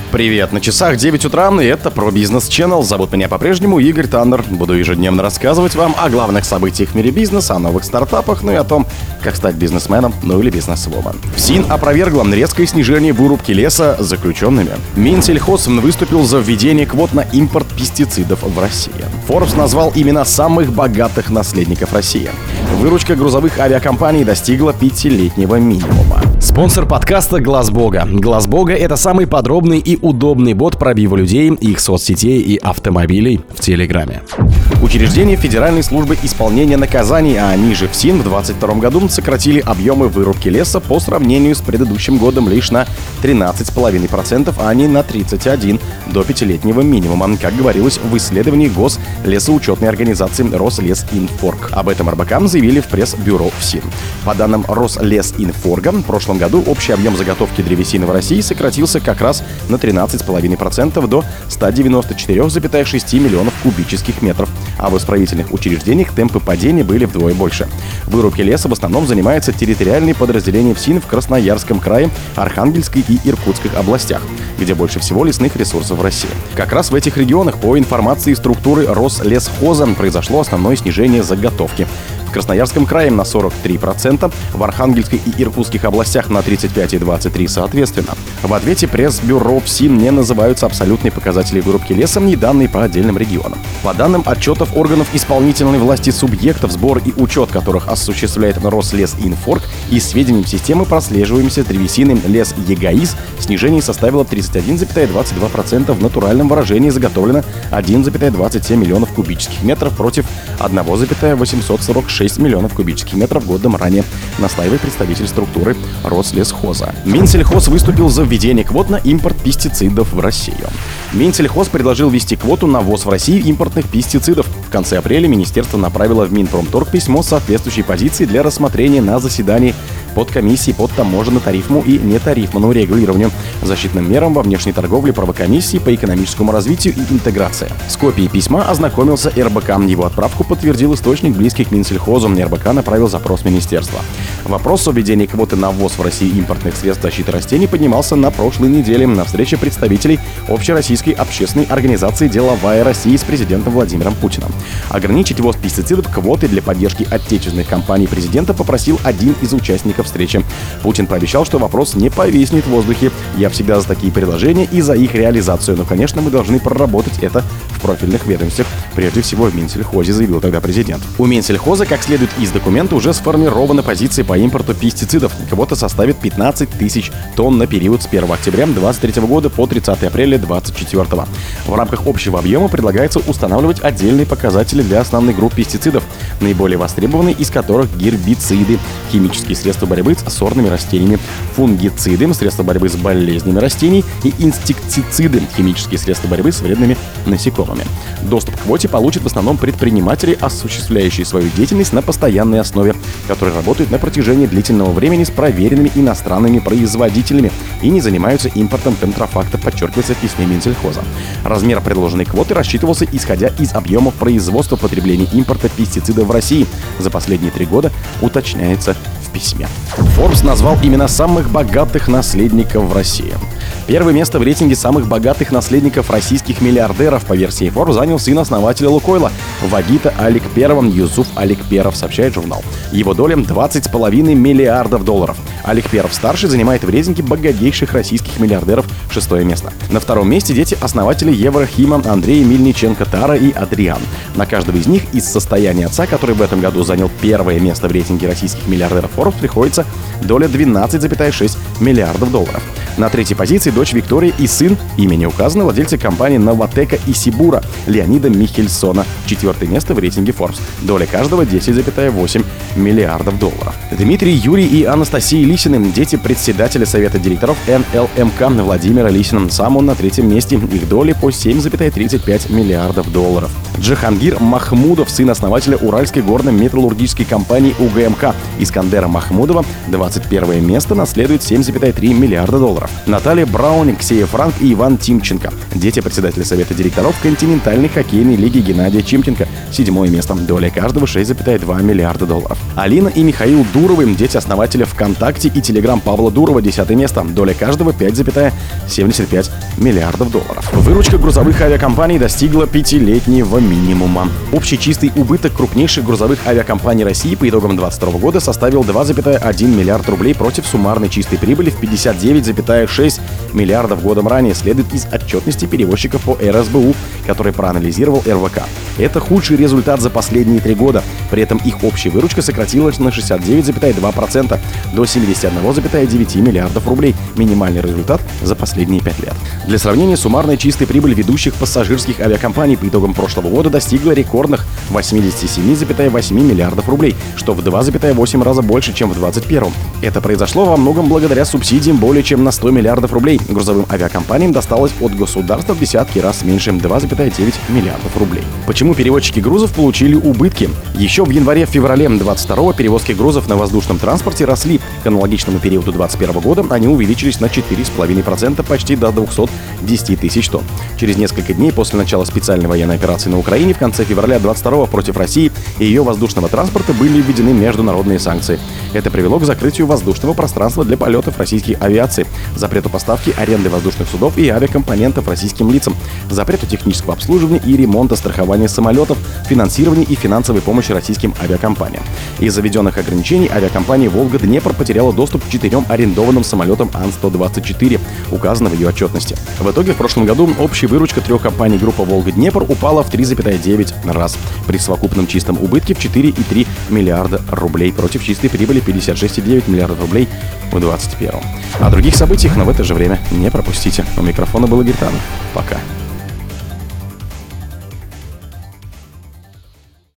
Привет, на часах 9 утра, и это про бизнес Channel. Зовут меня по-прежнему Игорь Таннер. Буду ежедневно рассказывать вам о главных событиях в мире бизнеса, о новых стартапах, ну и о том, как стать бизнесменом, ну или бизнесвумен. ФСИН опровергла резкое снижение вырубки леса заключенными. Минсельхоз выступил за введение квот на импорт пестицидов в России. Forbes назвал имена самых богатых наследников России. Выручка грузовых авиакомпаний достигла 5-летнего минимума. Спонсор подкаста Глаз Бога. Глаз Бога — это самый подробный и удобный бот пробива людей, их соцсетей и автомобилей в Телеграме. Учреждения Федеральной службы исполнения наказаний, а они же ФСИН, в 2022 году сократили объемы вырубки леса по сравнению с предыдущим годом лишь на 13,5%, а не на 31% до 5-летнего минимума, как говорилось в исследовании гослесоучетной организации Рослесинфорг. Об этом РБК заявили в пресс-бюро ФСИН. По данным Рослесинфорга, в прошлом году общий объем заготовки древесины в России сократился как раз на 13,5% до 194,6 миллионов кубических метров, а в исправительных учреждениях темпы падения были вдвое больше. Вырубки леса в основном занимаются территориальные подразделения ФСИН в Красноярском крае, Архангельской и Иркутской областях, где больше всего лесных ресурсов в России. Как раз в этих регионах, по информации структуры Рослесхоза, произошло основное снижение заготовки. В Красноярском крае на 43%, в Архангельской и Иркутских областях на 35% и 23% соответственно. В ответе пресс-бюро ФСИН не называются абсолютные показатели вырубки леса и данные по отдельным регионам. По данным отчетов органов исполнительной власти субъектов, сбор и учет которых осуществляет Рослесинфорг, и сведениям системы прослеживаемости древесины лес ЕГАИС снижение составило 31,22%, в натуральном выражении заготовлено 1,27 миллионов кубических метров против 1,846 миллионов кубических метров годом ранее, настаивает представитель структуры Рослесхоза. Минсельхоз выступил за введение квот на импорт пестицидов в Россию. Минсельхоз предложил ввести квоту на ввоз в Россию импортных пестицидов. В конце апреля министерство направило в Минпромторг письмо с соответствующей позицией для рассмотрения на заседании подкомиссии по таможенно-тарифному и нетарифному регулированию, защитным мерам во внешней торговле, правокомиссии по экономическому развитию и интеграции. С копией письма ознакомился РБК. Его отправку подтвердил источник, близкий к Минсельхозу. РБК направил запрос в министерство. Вопрос о введении квоты на ввоз в Россию импортных средств защиты растений поднимался на прошлой неделе на встрече представителей Общероссийской общественной организации «Деловая Россия» с президентом Владимиром Путиным. Ограничить ввоз пестицидов квотой для поддержки отечественных компаний президента попросил один из участников встречи. Путин пообещал, что вопрос не повиснет в воздухе. «Я всегда за такие предложения и за их реализацию. Но, конечно, мы должны проработать это в профильных ведомствах, прежде всего в Минсельхозе», заявил тогда президент. У Минсельхоза, как следует из документа, уже сформированы позиции по импорту пестицидов. Квота составит 15 тысяч тонн на период с 1 октября 2023 года по 30 апреля 2024. В рамках общего объема предлагается устанавливать отдельные показатели для основных групп пестицидов, наиболее востребованные из которых гербициды, химические средства борьбы с сорными растениями, фунгициды, средства борьбы с болезнями растений и инсектициды, химические средства борьбы с вредными насекомыми. Доступ к квоте получат в основном предприниматели, осуществляющие свою деятельность на постоянной основе, которые работают на протяжении длительного времени с проверенными иностранными производителями и не занимаются импортом контрафакта, подчеркивается в письме Минсельхоза. Размер предложенной квоты рассчитывался исходя из объемов производства, потребления, импорта пестицидов в России за последние 3 года, уточняется в письме. Forbes назвал имена самых богатых наследников в России. Первое место в рейтинге самых богатых наследников российских миллиардеров по версии Forbes занял сын основателя Лукойла Вагита Аликперова Юсуф Аликперов, сообщает журнал. Его доля $20,5 миллиардов. Аликперов-старший занимает в рейтинге богатейших российских миллиардеров 6-е место. На 2-м месте дети основателей Еврохима Андрей Мельниченко, Тара и Адриан. На каждого из них из состояния отца, который в этом году занял 1-е место в рейтинге российских миллиардеров Forbes, приходится доля $12,6 миллиардов. На 3-й позиции дочь Виктория и сын, имя не указано, владельцы компаний Новотека и Сибура Леонида Михельсона. 4-е место в рейтинге Forbes. Доля каждого $10,8 миллиардов. Дмитрий, Юрий и Анастасия Лисины, дети председателя совета директоров НЛМК Владимира Лисина. Сам он на 3-м месте. Их доли по $7,35 миллиардов. Джахангир Махмудов, сын основателя Уральской горно-металлургической компании УГМК Искандера Махмудова, 21 место, наследует $7,3 миллиарда. долларов. Наталья Браунинг, Ксения Франк и Иван Тимченко. Дети председателя совета директоров континентальной хоккейной лиги Геннадия Чимченко. 7-е место. Доля каждого 6,2 миллиарда долларов. Алина и Михаил Дуровы. Дети основателя ВКонтакте и Телеграм Павла Дурова. 10-е место. Доля каждого 5,75 миллиардов долларов. Выручка грузовых авиакомпаний достигла 5-летнего минимума. Общий чистый убыток крупнейших грузовых авиакомпаний России по итогам 2022 года составил 2,1 миллиард рублей против суммарной чистой прибыли в 59,6 миллиардов годом ранее, следует из отчетности перевозчиков по РСБУ, который проанализировал РВК. Это худший результат за последние 3 года. При этом их общая выручка сократилась на 69,2% до 71,9 миллиардов рублей. Минимальный результат за последние 5 лет. Для сравнения, суммарная чистая прибыль ведущих пассажирских авиакомпаний по итогам прошлого года достигла рекордных 87,8 миллиардов рублей, что в 2,8 раза больше, чем в 2021. Это произошло во многом благодаря субсидиям более чем на 100 миллиардов рублей. Грузовым авиакомпаниям досталось от государства в десятки раз меньше 2,9 миллиардов рублей. Почему перевозчики грузов получили убытки? Еще в январе-феврале 22-го перевозки грузов на воздушном транспорте росли. К аналогичному периоду 2021 года они увеличились на 4,5%, почти до 210 тысяч тонн. Через несколько дней после начала специальной военной операции на Украине в конце февраля 22-го против России и ее воздушного транспорта были введены международные санкции. Это привело к закрытию воздушного пространства для полетов российской авиации, запрету поставки аренды воздушных судов и авиакомпонентов российским лицам, запрету технического обслуживания и ремонта страхования самолетов, финансирования и финансовой помощи российским авиакомпаниям. Из-за введенных ограничений авиакомпания «Волга-Днепр» потеряла доступ к 4 арендованным самолетам Ан-124, указано в ее отчетности. В итоге в прошлом году общая выручка 3 компаний группы «Волга-Днепр» упала в 3,9 раз, при совокупном чистом убытке в 4,3 миллиарда рублей против чистой прибыли 56,9 миллиардов рублей в 2021. О других событиях, но в это же время не пропустите. У микрофона был Игорь Таннер. Пока.